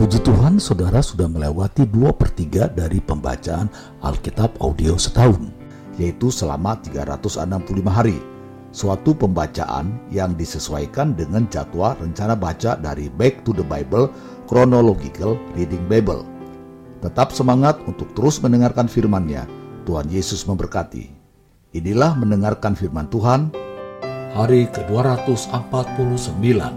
Puji Tuhan, saudara sudah melewati 2/3 dari pembacaan Alkitab audio setahun, yaitu selama 365 hari. Suatu pembacaan yang disesuaikan dengan jadwal rencana baca dari Back to the Bible Chronological Reading Bible. Tetap semangat untuk terus mendengarkan firman-Nya. Tuhan Yesus memberkati. Inilah mendengarkan firman Tuhan, hari ke-249.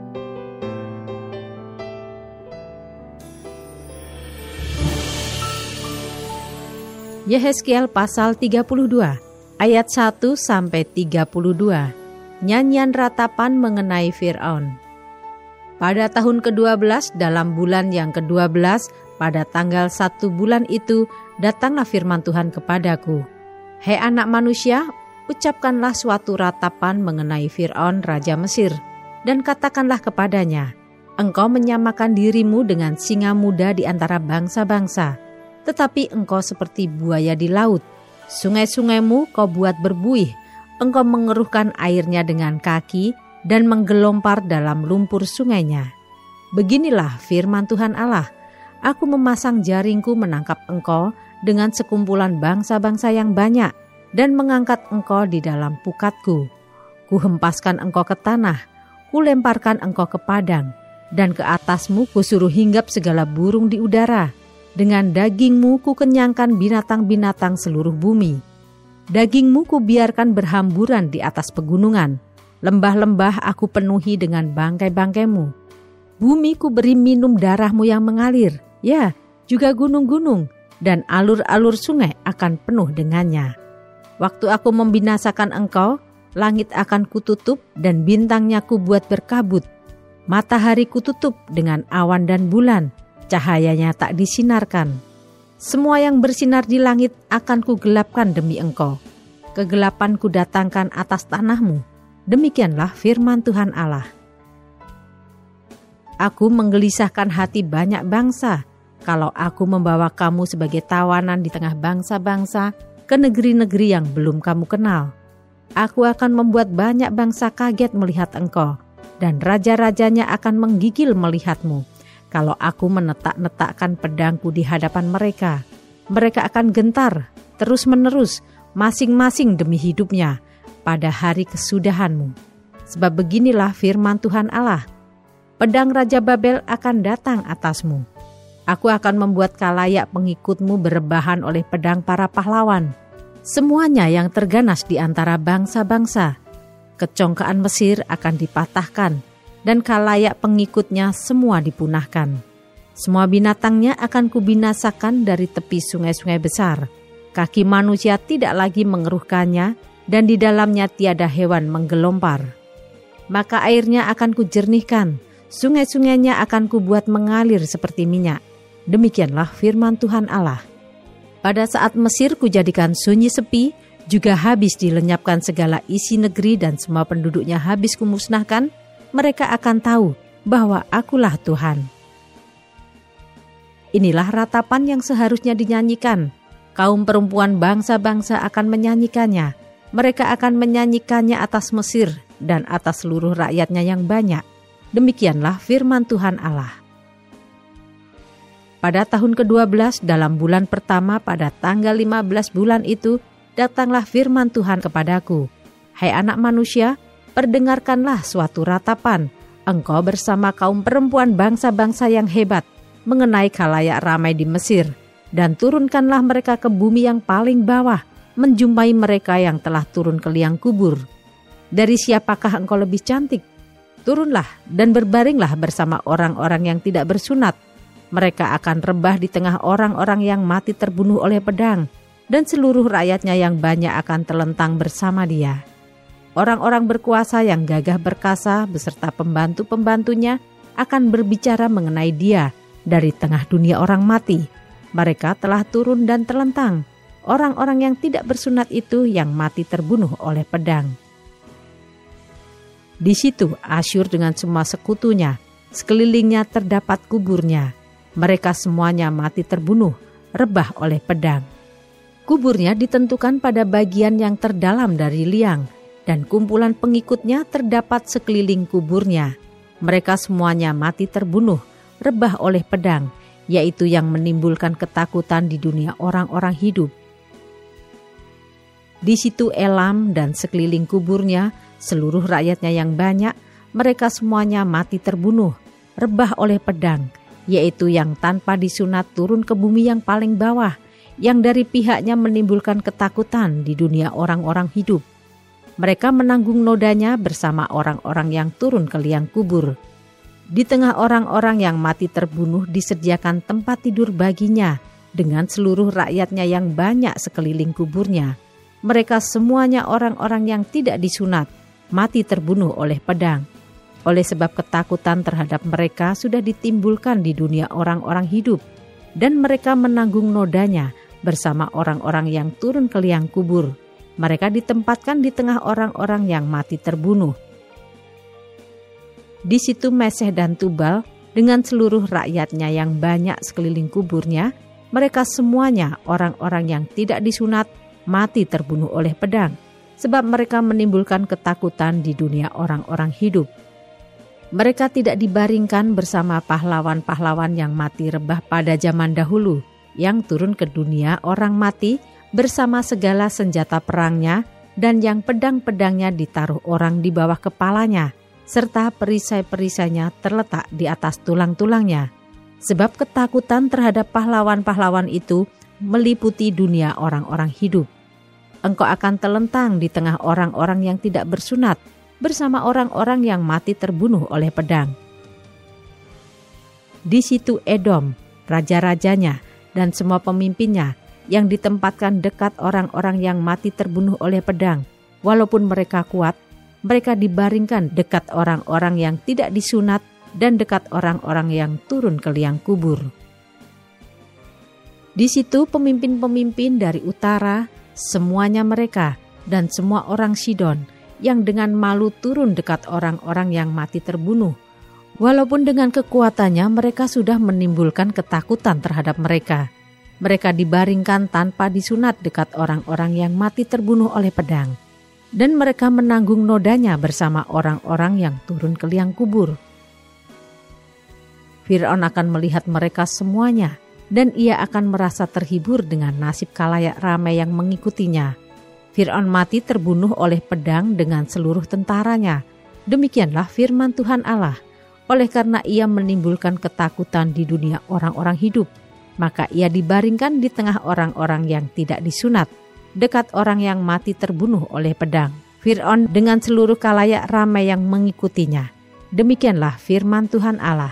Yehezkiel pasal 32, ayat 1-32. Nyanyian ratapan mengenai Fir'aun. Pada tahun ke-12 dalam bulan yang ke-12, pada tanggal 1 bulan itu, datanglah firman Tuhan kepadaku. Hai anak manusia, ucapkanlah suatu ratapan mengenai Fir'aun Raja Mesir, dan katakanlah kepadanya, engkau menyamakan dirimu dengan singa muda di antara bangsa-bangsa, tetapi engkau seperti buaya di laut. Sungai-sungaimu kau buat berbuih, engkau mengeruhkan airnya dengan kaki dan menggelompar dalam lumpur sungainya. Beginilah firman Tuhan Allah, aku memasang jaringku menangkap engkau dengan sekumpulan bangsa-bangsa yang banyak dan mengangkat engkau di dalam pukatku. Kuhempaskan engkau ke tanah, kulemparkan engkau ke padang, dan ke atasmu kusuruh hinggap segala burung di udara. Dengan dagingmu kukenyangkan binatang-binatang seluruh bumi. Dagingmu kubiarkan berhamburan di atas pegunungan. Lembah-lembah aku penuhi dengan bangkai-bangkaimu. Bumi ku beri minum darahmu yang mengalir. Ya, juga gunung-gunung dan alur-alur sungai akan penuh dengannya. Waktu aku membinasakan engkau, langit akan kututup dan bintangnya kubuat berkabut. Matahari kututup dengan awan dan bulan. Cahayanya tak disinarkan. Semua yang bersinar di langit akan kugelapkan demi engkau. Kegelapan kudatangkan atas tanahmu. Demikianlah firman Tuhan Allah. Aku menggelisahkan hati banyak bangsa, kalau aku membawa kamu sebagai tawanan di tengah bangsa-bangsa ke negeri-negeri yang belum kamu kenal. Aku akan membuat banyak bangsa kaget melihat engkau, dan raja-rajanya akan menggigil melihatmu. Kalau aku menetak-netakkan pedangku di hadapan mereka, mereka akan gentar, terus-menerus, masing-masing demi hidupnya, pada hari kesudahanmu. Sebab beginilah firman Tuhan Allah, pedang Raja Babel akan datang atasmu. Aku akan membuat kalayak pengikutmu berebahan oleh pedang para pahlawan. Semuanya yang terganas di antara bangsa-bangsa. Kecongkaan Mesir akan dipatahkan, dan kalayak pengikutnya semua dipunahkan. Semua binatangnya akan kubinasakan dari tepi sungai-sungai besar. Kaki manusia tidak lagi mengeruhkannya, dan di dalamnya tiada hewan menggelompar. Maka airnya akan kujernihkan, sungai-sungainya akan kubuat mengalir seperti minyak. Demikianlah firman Tuhan Allah. Pada saat Mesir kujadikan sunyi sepi, juga habis dilenyapkan segala isi negeri dan semua penduduknya habis kumusnahkan, mereka akan tahu bahwa akulah Tuhan. Inilah ratapan yang seharusnya dinyanyikan. Kaum perempuan bangsa-bangsa akan menyanyikannya. Mereka akan menyanyikannya atas Mesir dan atas seluruh rakyatnya yang banyak. Demikianlah firman Tuhan Allah. Pada tahun ke-12 dalam bulan pertama pada tanggal 15 bulan itu, datanglah firman Tuhan kepadaku. Hai anak manusia, perdengarkanlah suatu ratapan, engkau bersama kaum perempuan bangsa-bangsa yang hebat, mengenai khalayak ramai di Mesir, dan turunkanlah mereka ke bumi yang paling bawah, menjumpai mereka yang telah turun ke liang kubur. Dari siapakah engkau lebih cantik? Turunlah dan berbaringlah bersama orang-orang yang tidak bersunat. Mereka akan rebah di tengah orang-orang yang mati terbunuh oleh pedang, dan seluruh rakyatnya yang banyak akan terlentang bersama dia. Orang-orang berkuasa yang gagah perkasa beserta pembantu-pembantunya akan berbicara mengenai dia dari tengah dunia orang mati. Mereka telah turun dan terlentang. Orang-orang yang tidak bersunat itu yang mati terbunuh oleh pedang. Di situ Asyur dengan semua sekutunya, sekelilingnya terdapat kuburnya. Mereka semuanya mati terbunuh, rebah oleh pedang. Kuburnya ditentukan pada bagian yang terdalam dari liang, dan kumpulan pengikutnya terdapat sekeliling kuburnya. Mereka semuanya mati terbunuh, rebah oleh pedang, yaitu yang menimbulkan ketakutan di dunia orang-orang hidup. Di situ Elam dan sekeliling kuburnya, seluruh rakyatnya yang banyak, mereka semuanya mati terbunuh, rebah oleh pedang, yaitu yang tanpa disunat turun ke bumi yang paling bawah, yang dari pihaknya menimbulkan ketakutan di dunia orang-orang hidup. Mereka menanggung nodanya bersama orang-orang yang turun ke liang kubur. Di tengah orang-orang yang mati terbunuh disediakan tempat tidur baginya dengan seluruh rakyatnya yang banyak sekeliling kuburnya. Mereka semuanya orang-orang yang tidak disunat, mati terbunuh oleh pedang. Oleh sebab ketakutan terhadap mereka sudah ditimbulkan di dunia orang-orang hidup, dan mereka menanggung nodanya bersama orang-orang yang turun ke liang kubur. Mereka ditempatkan di tengah orang-orang yang mati terbunuh. Di situ Meseh dan Tubal dengan seluruh rakyatnya yang banyak sekeliling kuburnya, mereka semuanya orang-orang yang tidak disunat, mati terbunuh oleh pedang, sebab mereka menimbulkan ketakutan di dunia orang-orang hidup. Mereka tidak dibaringkan bersama pahlawan-pahlawan yang mati rebah pada zaman dahulu, yang turun ke dunia orang mati bersama segala senjata perangnya, dan yang pedang-pedangnya ditaruh orang di bawah kepalanya, serta perisai-perisainya terletak di atas tulang-tulangnya. Sebab ketakutan terhadap pahlawan-pahlawan itu meliputi dunia orang-orang hidup. Engkau akan telentang di tengah orang-orang yang tidak bersunat, bersama orang-orang yang mati terbunuh oleh pedang. Di situ Edom, raja-rajanya, dan semua pemimpinnya, yang ditempatkan dekat orang-orang yang mati terbunuh oleh pedang. Walaupun mereka kuat, mereka dibaringkan dekat orang-orang yang tidak disunat dan dekat orang-orang yang turun ke liang kubur. Di situ pemimpin-pemimpin dari utara, semuanya mereka, dan semua orang Sidon, yang dengan malu turun dekat orang-orang yang mati terbunuh. Walaupun dengan kekuatannya mereka sudah menimbulkan ketakutan terhadap mereka. Mereka dibaringkan tanpa disunat dekat orang-orang yang mati terbunuh oleh pedang. Dan mereka menanggung nodanya bersama orang-orang yang turun ke liang kubur. Fir'aun akan melihat mereka semuanya, dan ia akan merasa terhibur dengan nasib khalayak ramai yang mengikutinya. Fir'aun mati terbunuh oleh pedang dengan seluruh tentaranya. Demikianlah firman Tuhan Allah. Oleh karena ia menimbulkan ketakutan di dunia orang-orang hidup, maka ia dibaringkan di tengah orang-orang yang tidak disunat, dekat orang yang mati terbunuh oleh pedang. Fir'aun dengan seluruh khalayak ramai yang mengikutinya. Demikianlah firman Tuhan Allah.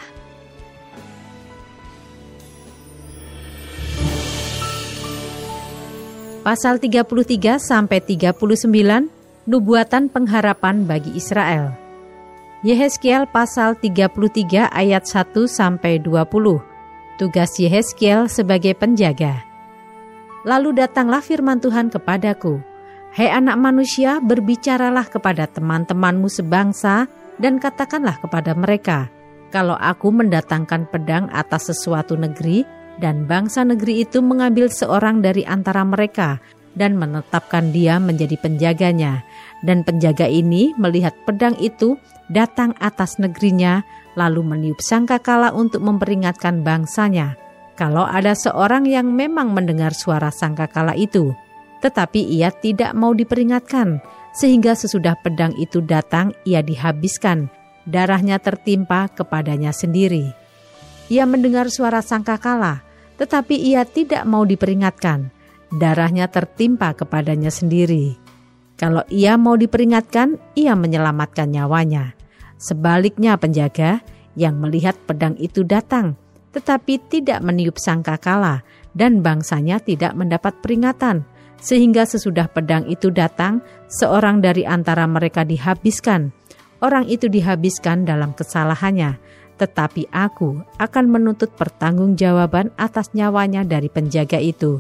Pasal 33 sampai 39, nubuatan pengharapan bagi Israel. Yehezkiel pasal 33 ayat 1 sampai 20. Tugas Yehezkiel sebagai penjaga. Lalu datanglah firman Tuhan kepadaku, "Hai anak manusia, berbicaralah kepada teman-temanmu sebangsa dan katakanlah kepada mereka, kalau aku mendatangkan pedang atas sesuatu negeri dan bangsa negeri itu mengambil seorang dari antara mereka dan menetapkan dia menjadi penjaganya, dan penjaga ini melihat pedang itu datang atas negerinya, lalu meniup sangkakala untuk memperingatkan bangsanya. Kalau ada seorang yang memang mendengar suara sangkakala itu, tetapi ia tidak mau diperingatkan, sehingga sesudah pedang itu datang ia dihabiskan, darahnya tertimpa kepadanya sendiri. Ia mendengar suara sangkakala, tetapi ia tidak mau diperingatkan, darahnya tertimpa kepadanya sendiri. Kalau ia mau diperingatkan, ia menyelamatkan nyawanya. Sebaliknya penjaga yang melihat pedang itu datang, tetapi tidak meniup sangkakala, dan bangsanya tidak mendapat peringatan, sehingga sesudah pedang itu datang, seorang dari antara mereka dihabiskan. Orang itu dihabiskan dalam kesalahannya, tetapi aku akan menuntut pertanggungjawaban atas nyawanya dari penjaga itu.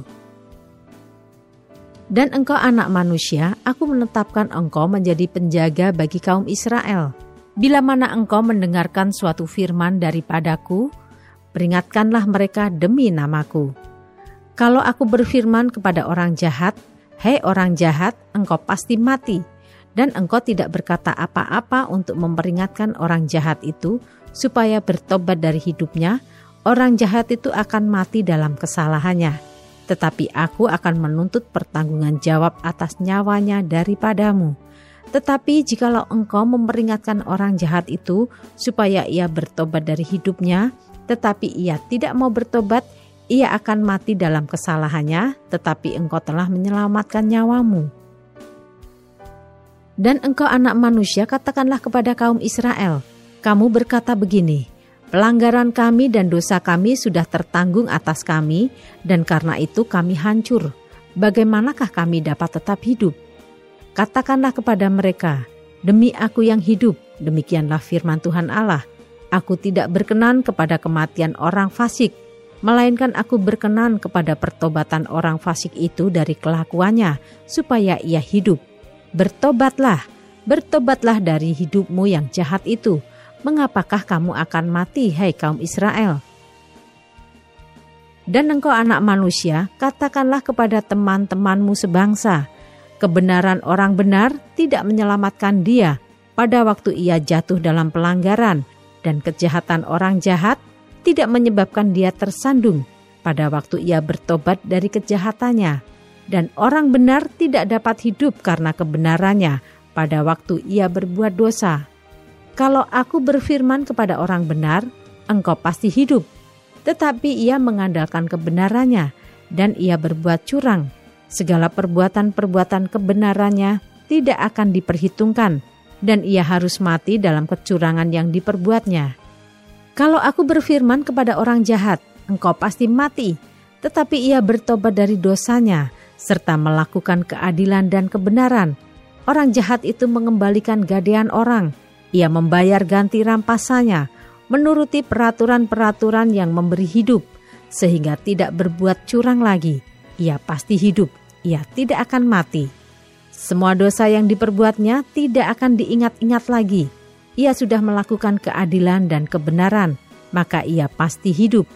Dan engkau anak manusia, aku menetapkan engkau menjadi penjaga bagi kaum Israel. Bila mana engkau mendengarkan suatu firman daripadaku, peringatkanlah mereka demi namaku. Kalau aku berfirman kepada orang jahat, "Hei orang jahat, engkau pasti mati," Dan engkau tidak berkata apa-apa untuk memperingatkan orang jahat itu supaya bertobat dari hidupnya, orang jahat itu akan mati dalam kesalahannya. Tetapi aku akan menuntut pertanggungan jawab atas nyawanya daripadamu. Tetapi jikalau engkau memperingatkan orang jahat itu supaya ia bertobat dari hidupnya, tetapi ia tidak mau bertobat, ia akan mati dalam kesalahannya, tetapi engkau telah menyelamatkan nyawamu. Dan engkau anak manusia, katakanlah kepada kaum Israel, kamu berkata begini, pelanggaran kami dan dosa kami sudah tertanggung atas kami, dan karena itu kami hancur. Bagaimanakah kami dapat tetap hidup? Katakanlah kepada mereka, demi aku yang hidup, demikianlah firman Tuhan Allah, aku tidak berkenan kepada kematian orang fasik, melainkan aku berkenan kepada pertobatan orang fasik itu dari kelakuannya, supaya ia hidup. Bertobatlah, bertobatlah dari hidupmu yang jahat itu. Mengapakah kamu akan mati, hai kaum Israel? Dan engkau anak manusia, katakanlah kepada teman-temanmu sebangsa, kebenaran orang benar tidak menyelamatkan dia pada waktu ia jatuh dalam pelanggaran, dan kejahatan orang jahat tidak menyebabkan dia tersandung pada waktu ia bertobat dari kejahatannya. Dan orang benar tidak dapat hidup karena kebenarannya pada waktu ia berbuat dosa. Kalau aku berfirman kepada orang benar, engkau pasti hidup. Tetapi ia mengandalkan kebenarannya dan ia berbuat curang. Segala perbuatan-perbuatan kebenarannya tidak akan diperhitungkan dan ia harus mati dalam kecurangan yang diperbuatnya. Kalau aku berfirman kepada orang jahat, engkau pasti mati. Tetapi ia bertobat dari dosanya serta melakukan keadilan dan kebenaran. Orang jahat itu mengembalikan gadaian orang. Ia membayar ganti rampasannya, menuruti peraturan-peraturan yang memberi hidup, sehingga tidak berbuat curang lagi. Ia pasti hidup, ia tidak akan mati. Semua dosa yang diperbuatnya tidak akan diingat-ingat lagi. Ia sudah melakukan keadilan dan kebenaran, maka ia pasti hidup.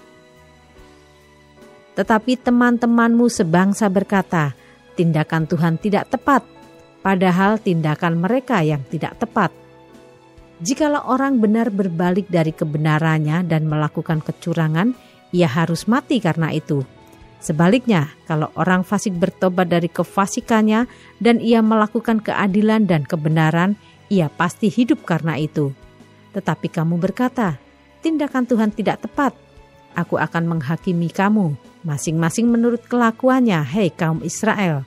Tetapi teman-temanmu sebangsa berkata, tindakan Tuhan tidak tepat, padahal tindakan mereka yang tidak tepat. Jikalau orang benar berbalik dari kebenarannya dan melakukan kecurangan, ia harus mati karena itu. Sebaliknya, kalau orang fasik bertobat dari kefasikannya dan ia melakukan keadilan dan kebenaran, ia pasti hidup karena itu. Tetapi kamu berkata, tindakan Tuhan tidak tepat. Aku akan menghakimi kamu, masing-masing menurut kelakuannya, hei kaum Israel.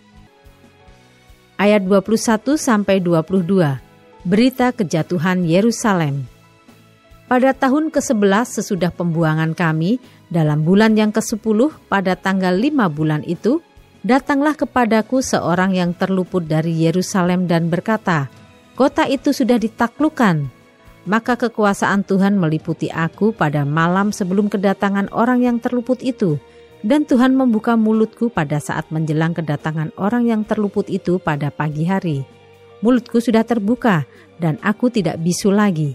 Ayat 21-22, berita kejatuhan Yerusalem. Pada tahun ke-11 sesudah pembuangan kami, dalam bulan yang ke-10 pada tanggal 5 bulan itu, datanglah kepadaku seorang yang terluput dari Yerusalem dan berkata, kota itu sudah ditaklukkan. Maka kekuasaan Tuhan meliputi aku pada malam sebelum kedatangan orang yang terluput itu. Dan Tuhan membuka mulutku pada saat menjelang kedatangan orang yang terluput itu pada pagi hari. Mulutku sudah terbuka dan aku tidak bisu lagi.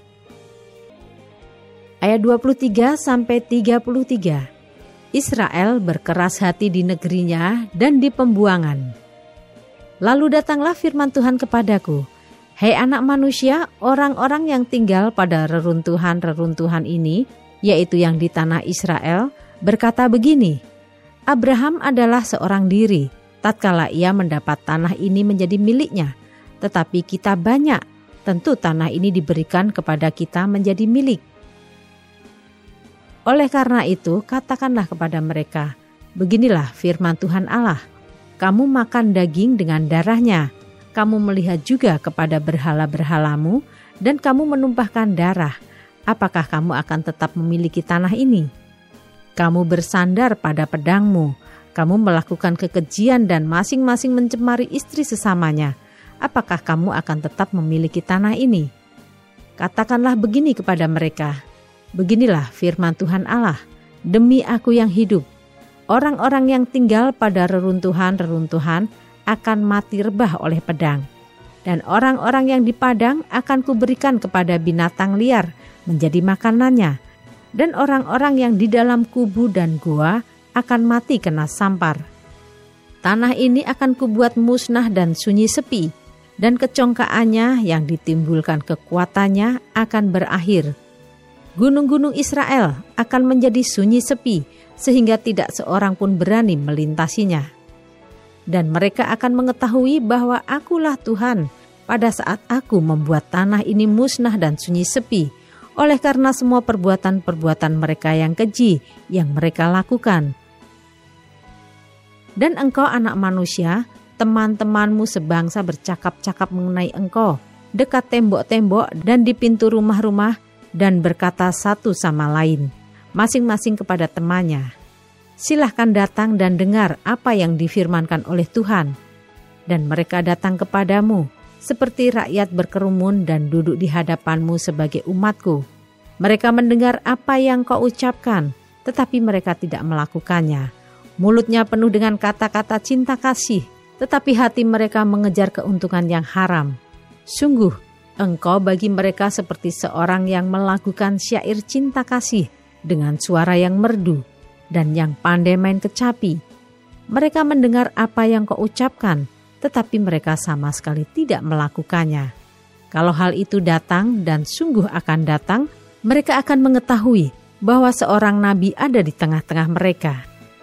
Ayat 23-33. Israel berkeras hati di negerinya dan di pembuangan. Lalu datanglah firman Tuhan kepadaku, hei anak manusia, orang-orang yang tinggal pada reruntuhan-reruntuhan ini, yaitu yang di tanah Israel, berkata begini, Abraham adalah seorang diri, tatkala ia mendapat tanah ini menjadi miliknya. Tetapi kita banyak, tentu tanah ini diberikan kepada kita menjadi milik. Oleh karena itu, katakanlah kepada mereka, beginilah firman Tuhan Allah, kamu makan daging dengan darahnya, kamu melihat juga kepada berhala-berhalamu, dan kamu menumpahkan darah. Apakah kamu akan tetap memiliki tanah ini? Kamu bersandar pada pedangmu, kamu melakukan kekejian dan masing-masing mencemari istri sesamanya. Apakah kamu akan tetap memiliki tanah ini? Katakanlah begini kepada mereka, beginilah firman Tuhan Allah, demi aku yang hidup, orang-orang yang tinggal pada reruntuhan-reruntuhan akan mati rebah oleh pedang. Dan orang-orang yang di padang akan kuberikan kepada binatang liar menjadi makanannya. Dan orang-orang yang di dalam kubu dan gua akan mati kena sampar. Tanah ini akan kubuat musnah dan sunyi sepi. dan kecongkaannya yang ditimbulkan kekuatannya akan berakhir. Gunung-gunung Israel akan menjadi sunyi sepi, sehingga tidak seorang pun berani melintasinya. Dan mereka akan mengetahui bahwa Akulah Tuhan pada saat Aku membuat tanah ini musnah dan sunyi sepi, oleh karena semua perbuatan-perbuatan mereka yang keji yang mereka lakukan. Dan engkau, anak manusia, teman-temanmu sebangsa bercakap-cakap mengenai engkau dekat tembok-tembok dan di pintu rumah-rumah, dan berkata satu sama lain, masing-masing kepada temannya, silahkan datang dan dengar apa yang difirmankan oleh Tuhan. Dan mereka datang kepadamu, seperti rakyat berkerumun dan duduk di hadapanmu sebagai umatku. Mereka mendengar apa yang kau ucapkan, tetapi mereka tidak melakukannya. Mulutnya penuh dengan kata-kata cinta kasih, tetapi hati mereka mengejar keuntungan yang haram. Sungguh, engkau bagi mereka seperti seorang yang melakukan syair cinta kasih dengan suara yang merdu dan yang pandai main kecapi. Mereka mendengar apa yang kau ucapkan, tetapi mereka sama sekali tidak melakukannya. Kalau hal itu datang dan sungguh akan datang, mereka akan mengetahui bahwa seorang nabi ada di tengah-tengah mereka.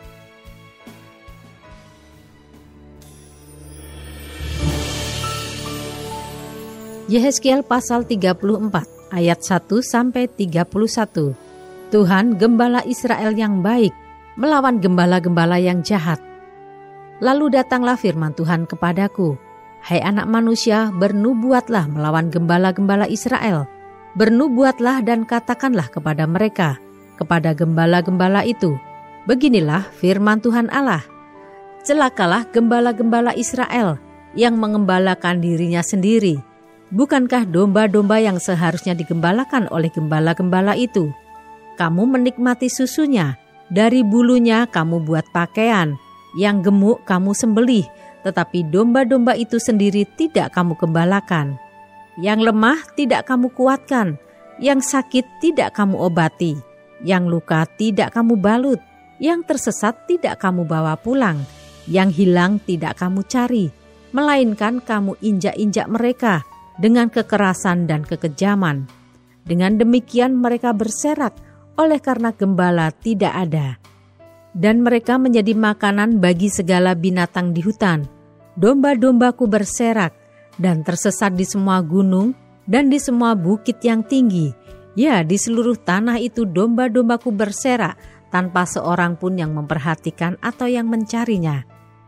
Yehezkiel pasal 34 ayat 1-31. Tuhan gembala Israel yang baik melawan gembala-gembala yang jahat. Lalu datanglah firman Tuhan kepadaku, hai anak manusia, bernubuatlah melawan gembala-gembala Israel. Bernubuatlah dan katakanlah kepada mereka, kepada gembala-gembala itu, beginilah firman Tuhan Allah. Celakalah gembala-gembala Israel yang mengembalakan dirinya sendiri. Bukankah domba-domba yang seharusnya digembalakan oleh gembala-gembala itu? Kamu menikmati susunya, dari bulunya kamu buat pakaian, yang gemuk kamu sembelih, tetapi domba-domba itu sendiri tidak kamu gembalakan. Yang lemah tidak kamu kuatkan, yang sakit tidak kamu obati, yang luka tidak kamu balut, yang tersesat tidak kamu bawa pulang, yang hilang tidak kamu cari, melainkan kamu injak-injak mereka dengan kekerasan dan kekejaman. Dengan demikian mereka berserak oleh karena gembala tidak ada. Dan mereka menjadi makanan bagi segala binatang di hutan. Domba-dombaku berserak dan tersesat di semua gunung dan di semua bukit yang tinggi. Ya, di seluruh tanah itu domba-dombaku berserak tanpa seorang pun yang memperhatikan atau yang mencarinya.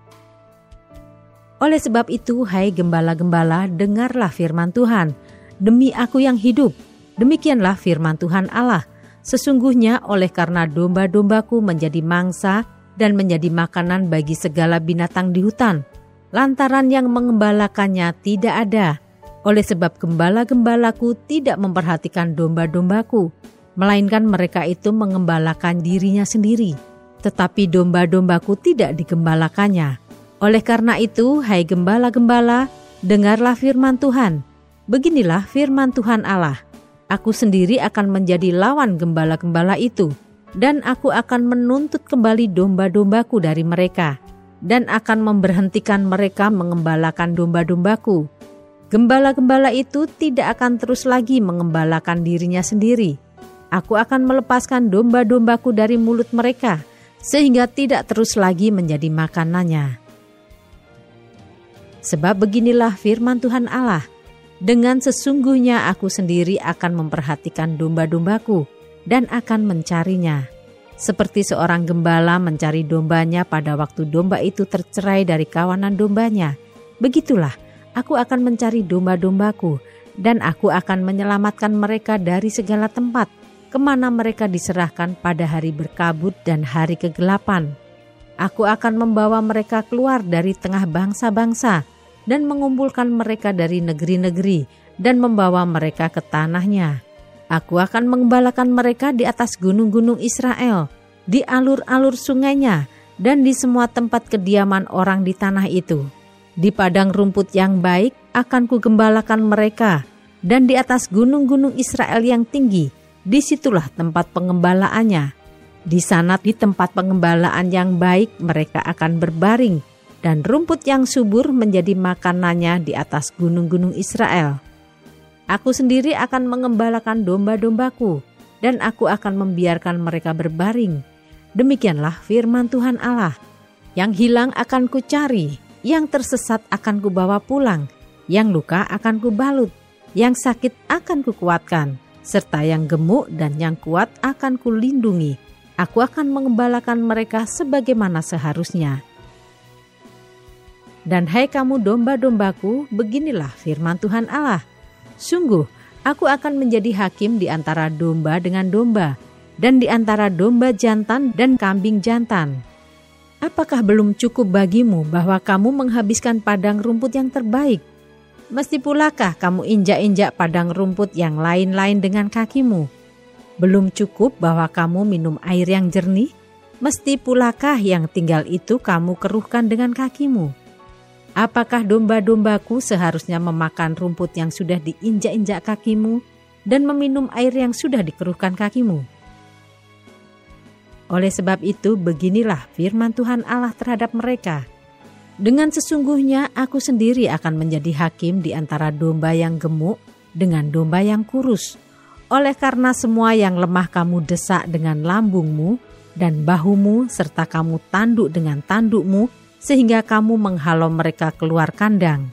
Oleh sebab itu, hai gembala-gembala, dengarlah firman Tuhan. Demi Aku yang hidup, demikianlah firman Tuhan Allah. Sesungguhnya oleh karena domba-dombaku menjadi mangsa dan menjadi makanan bagi segala binatang di hutan, lantaran yang mengembalakannya tidak ada. Oleh sebab gembala-gembalaku tidak memperhatikan domba-dombaku, melainkan mereka itu mengembalakan dirinya sendiri. Tetapi domba-dombaku tidak digembalakannya. Oleh karena itu, hai gembala-gembala, dengarlah firman Tuhan. Beginilah firman Tuhan Allah. Aku sendiri akan menjadi lawan gembala-gembala itu, dan Aku akan menuntut kembali domba-dombaku dari mereka, dan akan memberhentikan mereka mengembalakan domba-dombaku. Gembala-gembala itu tidak akan terus lagi mengembalakan dirinya sendiri. Aku akan melepaskan domba-dombaku dari mulut mereka, sehingga tidak terus lagi menjadi makanannya. Sebab beginilah firman Tuhan Allah, dengan sesungguhnya Aku sendiri akan memperhatikan domba-dombaku dan akan mencarinya. Seperti seorang gembala mencari dombanya pada waktu domba itu tercerai dari kawanan dombanya, begitulah Aku akan mencari domba-dombaku, dan Aku akan menyelamatkan mereka dari segala tempat, kemana mereka diserahkan pada hari berkabut dan hari kegelapan. Aku akan membawa mereka keluar dari tengah bangsa-bangsa dan mengumpulkan mereka dari negeri-negeri dan membawa mereka ke tanahnya. Aku akan mengembalakan mereka di atas gunung-gunung Israel, di alur-alur sungainya, dan di semua tempat kediaman orang di tanah itu. Di padang rumput yang baik akan kugembalakan mereka, dan di atas gunung-gunung Israel yang tinggi, disitulah tempat pengembalaannya. Di sana, di tempat pengembalaan yang baik, mereka akan berbaring dan rumput yang subur menjadi makanannya di atas gunung-gunung Israel. Aku sendiri akan mengembalakan domba-dombaku, dan aku akan membiarkan mereka berbaring. Demikianlah firman Tuhan Allah. Yang hilang akan kucari, yang tersesat akan kubawa pulang, yang luka akan kubalut, yang sakit akan kukuatkan, serta yang gemuk dan yang kuat akan kulindungi. Aku akan mengembalakan mereka sebagaimana seharusnya. Dan hai kamu domba-dombaku, beginilah firman Tuhan Allah. Sungguh, aku akan menjadi hakim di antara domba dengan domba, dan di antara domba jantan dan kambing jantan. Apakah belum cukup bagimu bahwa kamu menghabiskan padang rumput yang terbaik? Mesti pulakah kamu injak-injak padang rumput yang lain-lain dengan kakimu? Belum cukup bahwa kamu minum air yang jernih? Mesti pulakah yang tinggal itu kamu keruhkan dengan kakimu? Apakah domba-dombaku seharusnya memakan rumput yang sudah diinjak-injak kakimu dan meminum air yang sudah dikeruhkan kakimu? Oleh sebab itu, beginilah firman Tuhan Allah terhadap mereka. Dengan sesungguhnya aku sendiri akan menjadi hakim di antara domba yang gemuk dengan domba yang kurus. Oleh karena semua yang lemah kamu desak dengan lambungmu dan bahumu, serta kamu tanduk dengan tandukmu, sehingga kamu menghalau mereka keluar kandang.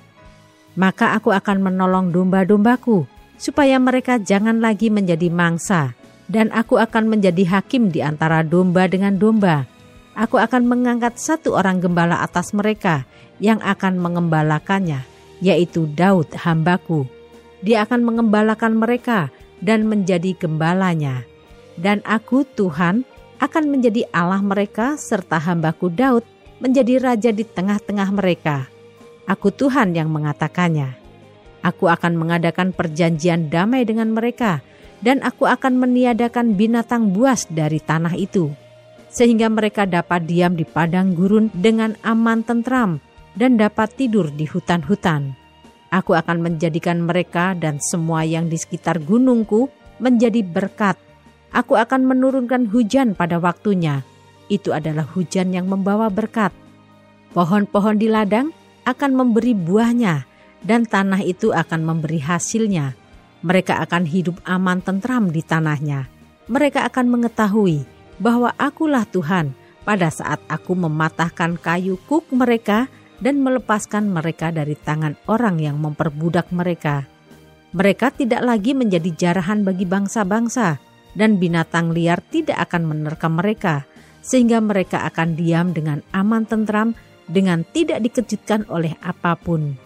Maka aku akan menolong domba-dombaku, supaya mereka jangan lagi menjadi mangsa, dan aku akan menjadi hakim di antara domba dengan domba. Aku akan mengangkat satu orang gembala atas mereka yang akan mengembalakannya, yaitu Daud hambaku. Dia akan mengembalakan mereka dan menjadi gembalanya. Dan aku, Tuhan, akan menjadi Allah mereka serta hambaku Daud menjadi raja di tengah-tengah mereka. Aku Tuhan yang mengatakannya. Aku akan mengadakan perjanjian damai dengan mereka, dan aku akan meniadakan binatang buas dari tanah itu, sehingga mereka dapat diam di padang gurun dengan aman tentram dan dapat tidur di hutan-hutan. Aku akan menjadikan mereka dan semua yang di sekitar gunungku menjadi berkat. Aku akan menurunkan hujan pada waktunya. Itu adalah hujan yang membawa berkat. Pohon-pohon di ladang akan memberi buahnya, dan tanah itu akan memberi hasilnya. Mereka akan hidup aman tentram di tanahnya. Mereka akan mengetahui bahwa akulah Tuhan pada saat aku mematahkan kayu kuk mereka dan melepaskan mereka dari tangan orang yang memperbudak mereka. Mereka tidak lagi menjadi jarahan bagi bangsa-bangsa, dan binatang liar tidak akan menerkam mereka, sehingga mereka akan diam dengan aman tentram dengan tidak dikejutkan oleh apapun.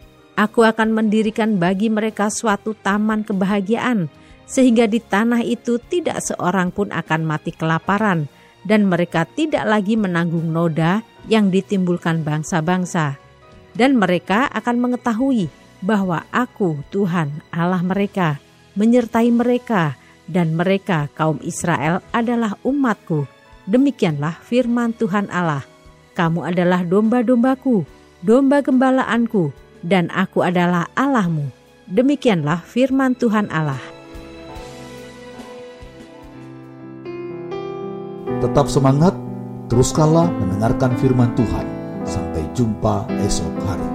Aku akan mendirikan bagi mereka suatu taman kebahagiaan, sehingga di tanah itu tidak seorang pun akan mati kelaparan, dan mereka tidak lagi menanggung noda yang ditimbulkan bangsa-bangsa. Dan mereka akan mengetahui bahwa aku, Tuhan Allah mereka, menyertai mereka, dan mereka, kaum Israel, adalah umatku. Demikianlah firman Tuhan Allah. Kamu adalah domba-dombaku, domba gembalaanku, dan aku adalah Allahmu. Demikianlah firman Tuhan Allah. Tetap semangat, teruskanlah mendengarkan firman Tuhan. Sampai jumpa esok hari.